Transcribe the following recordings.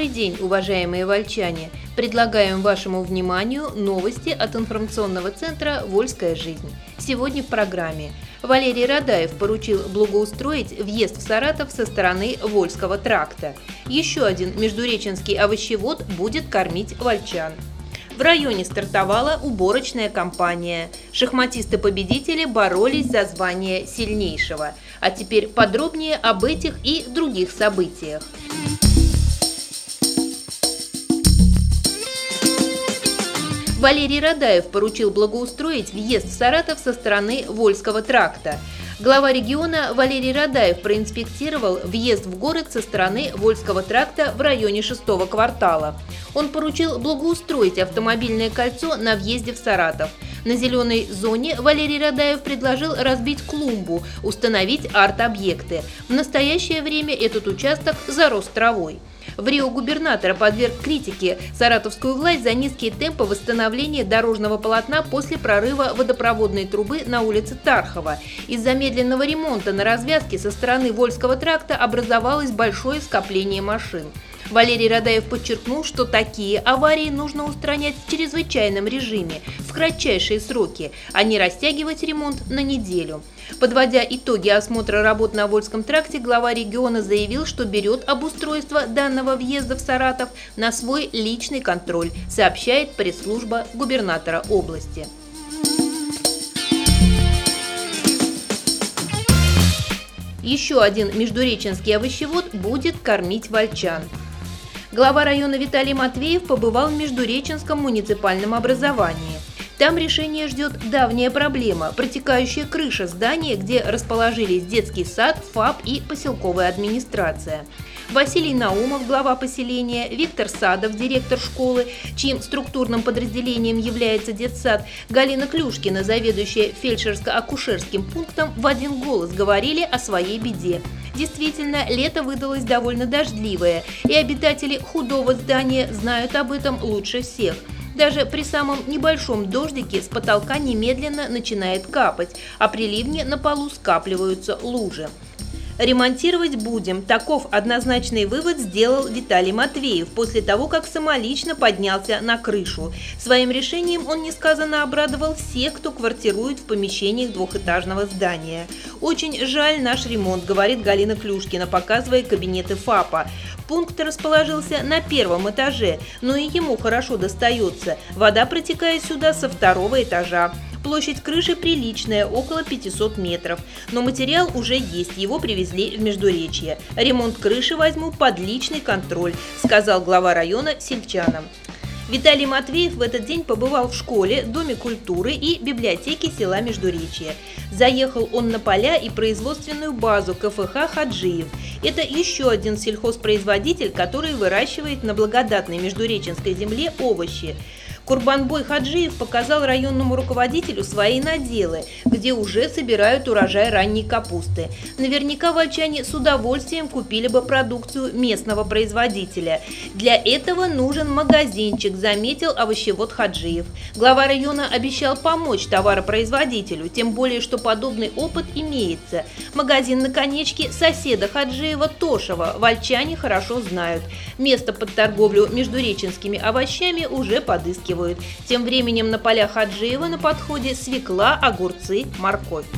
Добрый день, уважаемые вольчане! Предлагаем вашему вниманию новости от информационного центра «Вольская жизнь». Сегодня в программе. Валерий Радаев поручил благоустроить въезд в Саратов со стороны Вольского тракта. Еще один междуреченский овощевод будет кормить вольчан. В районе стартовала уборочная кампания. Шахматисты-победители боролись за звание сильнейшего. А теперь подробнее об этих и других событиях. Валерий Радаев поручил благоустроить въезд в Саратов со стороны Вольского тракта. Глава региона Валерий Радаев проинспектировал въезд в город со стороны Вольского тракта в районе 6-го квартала. Он поручил благоустроить автомобильное кольцо на въезде в Саратов. На зеленой зоне Валерий Радаев предложил разбить клумбу, установить арт-объекты. В настоящее время этот участок зарос травой. В Рио губернатора подверг критике саратовскую власть за низкие темпы восстановления дорожного полотна после прорыва водопроводной трубы на улице Тархова. Из-за медленного ремонта на развязке со стороны Вольского тракта образовалось большое скопление машин. Валерий Радаев подчеркнул, что такие аварии нужно устранять в чрезвычайном режиме, в кратчайшие сроки, а не растягивать ремонт на неделю. Подводя итоги осмотра работ на Вольском тракте, глава региона заявил, что берет обустройство данного въезда в Саратов на свой личный контроль, сообщает пресс-служба губернатора области. Еще один междуреченский овощевод будет кормить вольчан. Глава района Виталий Матвеев побывал в Междуреченском муниципальном образовании. Там решение ждет давняя проблема – протекающая крыша здания, где расположились детский сад, ФАП и поселковая администрация. Василий Наумов, глава поселения, Виктор Садов, директор школы, чьим структурным подразделением является детсад, Галина Клюшкина, заведующая фельдшерско-акушерским пунктом, в один голос говорили о своей беде. Действительно, лето выдалось довольно дождливое, и обитатели худого здания знают об этом лучше всех. Даже при самом небольшом дождике с потолка немедленно начинает капать, а при ливне на полу скапливаются лужи. Ремонтировать будем. Таков однозначный вывод сделал Виталий Матвеев после того, как самолично поднялся на крышу. Своим решением он несказанно обрадовал всех, кто квартирует в помещениях двухэтажного здания. «Очень жаль наш ремонт», — говорит Галина Клюшкина, показывая кабинеты ФАПа. Пункт расположился на первом этаже, но и ему хорошо достается. Вода протекает сюда со второго этажа. Площадь крыши приличная, около 500 метров. Но материал уже есть, его привезли в Междуречье. Ремонт крыши возьму под личный контроль, сказал глава района сельчанам. Виталий Матвеев в этот день побывал в школе, Доме культуры и библиотеке села Междуречье. Заехал он на поля и производственную базу КФХ «Хаджиев». Это еще один сельхозпроизводитель, который выращивает на благодатной междуреченской земле овощи. Курбанбой Хаджиев показал районному руководителю свои наделы, где уже собирают урожай ранней капусты. Наверняка вольчане с удовольствием купили бы продукцию местного производителя. Для этого нужен магазинчик, заметил овощевод Хаджиев. Глава района обещал помочь товаропроизводителю, тем более, что подобный опыт имеется. Магазин на Конечке соседа Хаджиева Тошева вольчане хорошо знают. Место под торговлю междуреченскими овощами уже подыскивают. Тем временем на полях Хаджиева на подходе свекла, огурцы, морковь.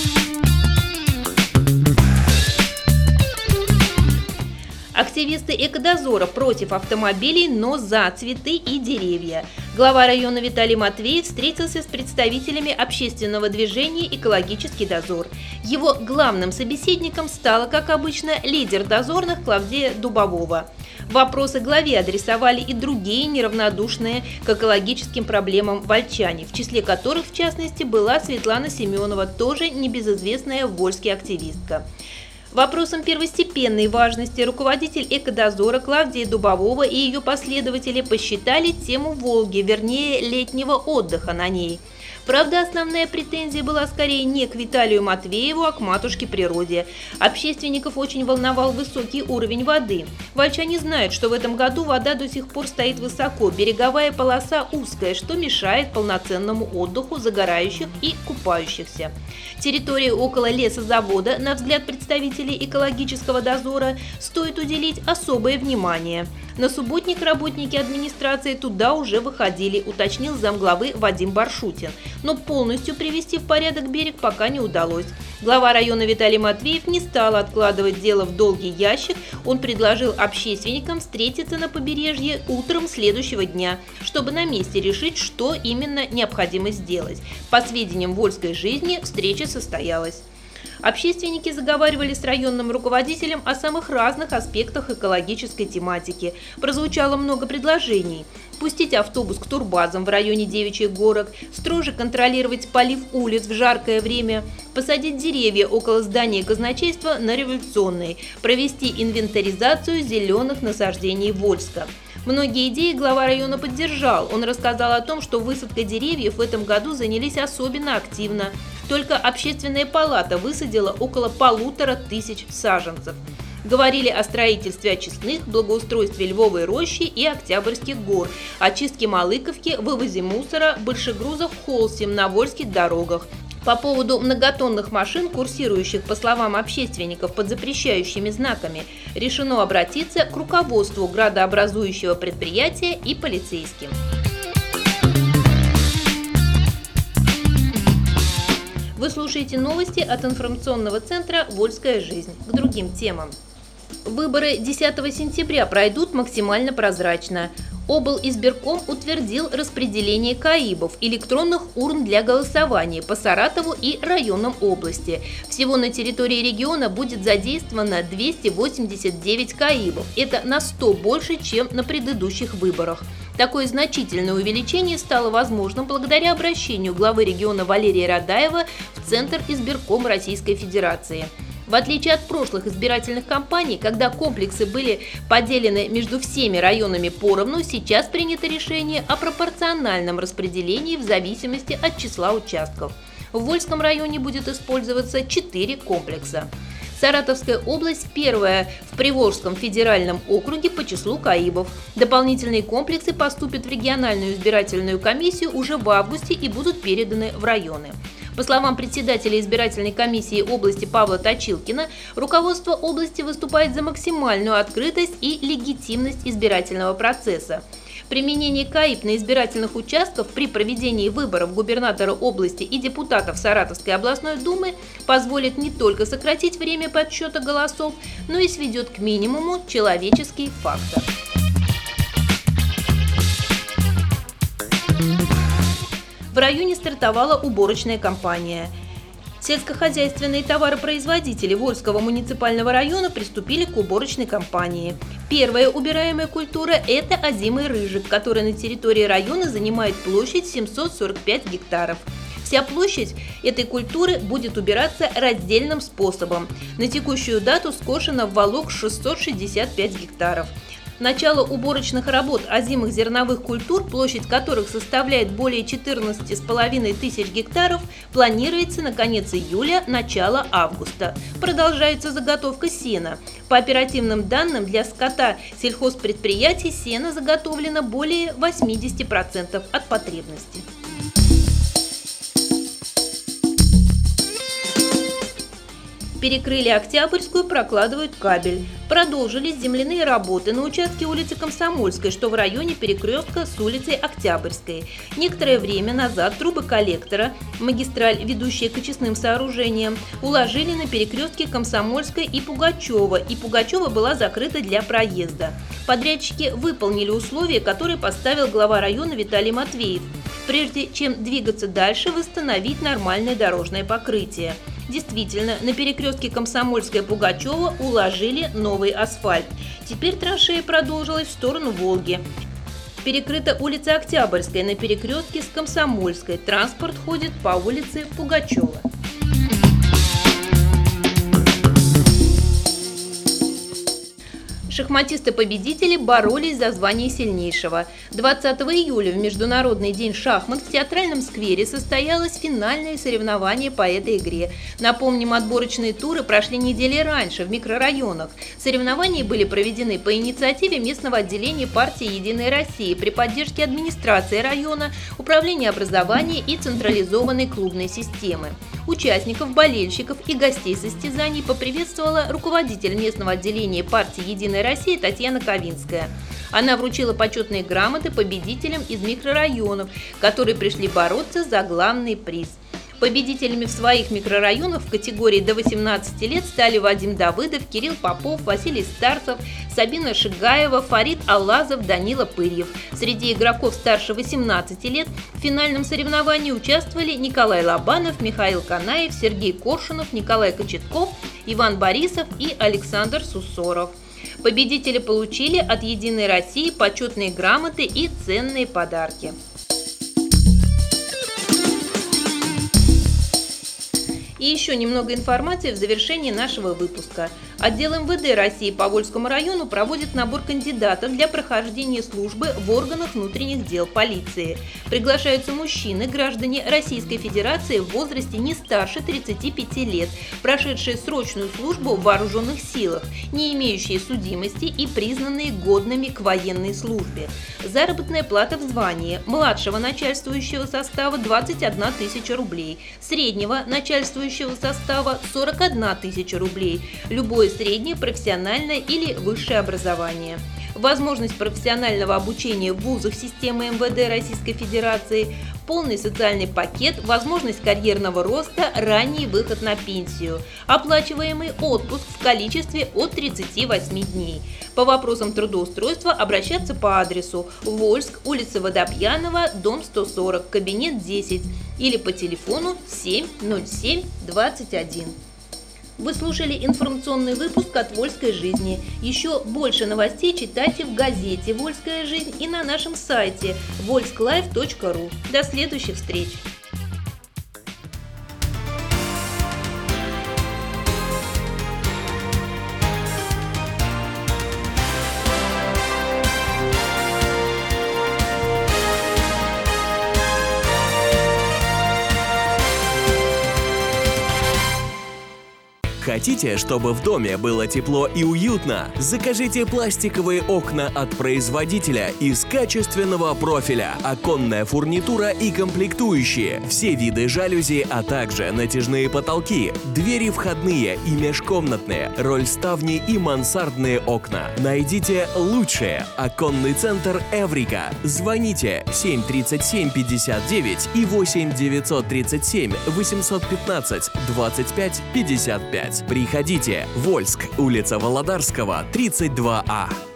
Активисты экодозора против автомобилей, но за цветы и деревья. Глава района Виталий Матвеев встретился с представителями общественного движения «Экологический дозор». Его главным собеседником стала, как обычно, лидер дозорных Клавдия Дубовова. Вопросы главе адресовали и другие неравнодушные к экологическим проблемам вольчане, в числе которых, в частности, была Светлана Семенова, тоже небезызвестная вольская активистка. Вопросом первостепенной важности руководитель экодозора Клавдия Дубовова и ее последователи посчитали тему Волги, вернее, летнего отдыха на ней. Правда, основная претензия была скорее не к Виталию Матвееву, а к матушке природе. Общественников очень волновал высокий уровень воды. Вольчане знают, что в этом году вода до сих пор стоит высоко, береговая полоса узкая, что мешает полноценному отдыху загорающих и купающихся. Территории около лесозавода, на взгляд представителей экологического дозора, стоит уделить особое внимание. На субботник работники администрации туда уже выходили, уточнил замглавы Вадим Баршутин. Но полностью привести в порядок берег пока не удалось. Глава района Виталий Матвеев не стал откладывать дело в долгий ящик. Он предложил общественникам встретиться на побережье утром следующего дня, чтобы на месте решить, что именно необходимо сделать. По сведениям Вольской жизни, встреча состоялась. Общественники заговаривали с районным руководителем о самых разных аспектах экологической тематики. Прозвучало много предложений. Пустить автобус к турбазам в районе Девичьих горок, строже контролировать полив улиц в жаркое время, посадить деревья около здания казначейства на Революционной, провести инвентаризацию зеленых насаждений Вольска. Многие идеи глава района поддержал. Он рассказал о том, что высадкой деревьев в этом году занялись особенно активно. Только общественная палата высадила около 1500 саженцев. Говорили о строительстве очистных, благоустройстве Львовой рощи и Октябрьских гор, очистке Малыковки, вывозе мусора, большегрузов Холсим на вольских дорогах. По поводу многотонных машин, курсирующих, по словам общественников, под запрещающими знаками, решено обратиться к руководству градообразующего предприятия и полицейским. Вы слушаете новости от информационного центра «Вольская жизнь». К другим темам. Выборы 10 сентября пройдут максимально прозрачно. Облизбирком утвердил распределение КАИБов, электронных урн для голосования по Саратову и районам области. Всего на территории региона будет задействовано 289 КАИБов. Это на 100 больше, чем на предыдущих выборах. Такое значительное увеличение стало возможным благодаря обращению главы региона Валерия Радаева в Центр избирком Российской Федерации. В отличие от прошлых избирательных кампаний, когда комплексы были поделены между всеми районами поровну, сейчас принято решение о пропорциональном распределении в зависимости от числа участков. В Вольском районе будет использоваться 4 комплекса. Саратовская область первая в Приволжском федеральном округе по числу КАИБов. Дополнительные комплексы поступят в региональную избирательную комиссию уже в августе и будут переданы в районы. По словам председателя избирательной комиссии области Павла Точилкина, руководство области выступает за максимальную открытость и легитимность избирательного процесса. Применение КАИБ на избирательных участках при проведении выборов губернатора области и депутатов Саратовской областной думы позволит не только сократить время подсчета голосов, но и сведет к минимуму человеческий фактор. В районе стартовала уборочная кампания. Сельскохозяйственные товаропроизводители Вольского муниципального района приступили к уборочной кампании. Первая убираемая культура – это озимый рыжик, который на территории района занимает площадь 745 гектаров. Вся площадь этой культуры будет убираться раздельным способом. На текущую дату скошено в валок 665 гектаров. Начало уборочных работ озимых зерновых культур, площадь которых составляет более 14,5 тысяч гектаров, планируется на конец июля, начало августа. Продолжается заготовка сена. По оперативным данным, для скота сельхозпредприятий сено заготовлено более 80% от потребности. Перекрыли Октябрьскую, прокладывают кабель. Продолжились земляные работы на участке улицы Комсомольской, что в районе перекрестка с улицей Октябрьской. Некоторое время назад трубы коллектора, магистраль, ведущая к очистным сооружениям, уложили на перекрестке Комсомольской и Пугачева была закрыта для проезда. Подрядчики выполнили условия, которые поставил глава района Виталий Матвеев. Прежде чем двигаться дальше, восстановить нормальное дорожное покрытие. Действительно, на перекрестке Комсомольская-Пугачева уложили новый асфальт. Теперь траншея продолжилась в сторону Волги. Перекрыта улица Октябрьская на перекрестке с Комсомольской. Транспорт ходит по улице Пугачева. Шахматисты-победители боролись за звание сильнейшего. 20 июля в Международный день шахмат в Театральном сквере состоялось финальное соревнование по этой игре. Напомним, отборочные туры прошли недели раньше в микрорайонах. Соревнования были проведены по инициативе местного отделения партии «Единая Россия» при поддержке администрации района, управления образования и централизованной клубной системы. Участников, болельщиков и гостей состязаний поприветствовала руководитель местного отделения партии «Единая Россия» Татьяна Ковинская. Она вручила почетные грамоты победителям из микрорайонов, которые пришли бороться за главный приз. Победителями в своих микрорайонах в категории до 18 лет стали Вадим Давыдов, Кирилл Попов, Василий Старцев, Сабина Шигаева, Фарид Аллазов, Данила Пырьев. Среди игроков старше 18 лет в финальном соревновании участвовали Николай Лобанов, Михаил Канаев, Сергей Коршунов, Николай Кочетков, Иван Борисов и Александр Сусоров. Победители получили от «Единой России» почетные грамоты и ценные подарки. И еще немного информации в завершении нашего выпуска. Отдел МВД России по Вольскому району проводит набор кандидатов для прохождения службы в органах внутренних дел полиции. Приглашаются мужчины, граждане Российской Федерации в возрасте не старше 35 лет, прошедшие срочную службу в вооруженных силах, не имеющие судимости и признанные годными к военной службе. Заработная плата в звании младшего начальствующего состава 21 тысяча рублей, среднего начальствующего состава 41 тысяча рублей, любое среднее, профессиональное или высшее образование. Возможность профессионального обучения в вузах системы МВД Российской Федерации, полный социальный пакет, возможность карьерного роста, ранний выход на пенсию, оплачиваемый отпуск в количестве от 38 дней. По вопросам трудоустройства обращаться по адресу Вольск, улица Водопьянова, дом 140, кабинет 10 или по телефону 707 21. Вы слушали информационный выпуск от «Вольской жизни». Еще больше новостей читайте в газете «Вольская жизнь» и на нашем сайте volsklife.ru. До следующих встреч! Хотите, чтобы в доме было тепло и уютно? Закажите пластиковые окна от производителя из качественного профиля, оконная фурнитура и комплектующие, все виды жалюзи, а также натяжные потолки, двери входные и межкомнатные, рольставни и мансардные окна. Найдите лучшее. Оконный центр «Эврика». Звоните 737 59 и 8 937 815 25 55. Приходите. Вольск, улица Володарского, 32А.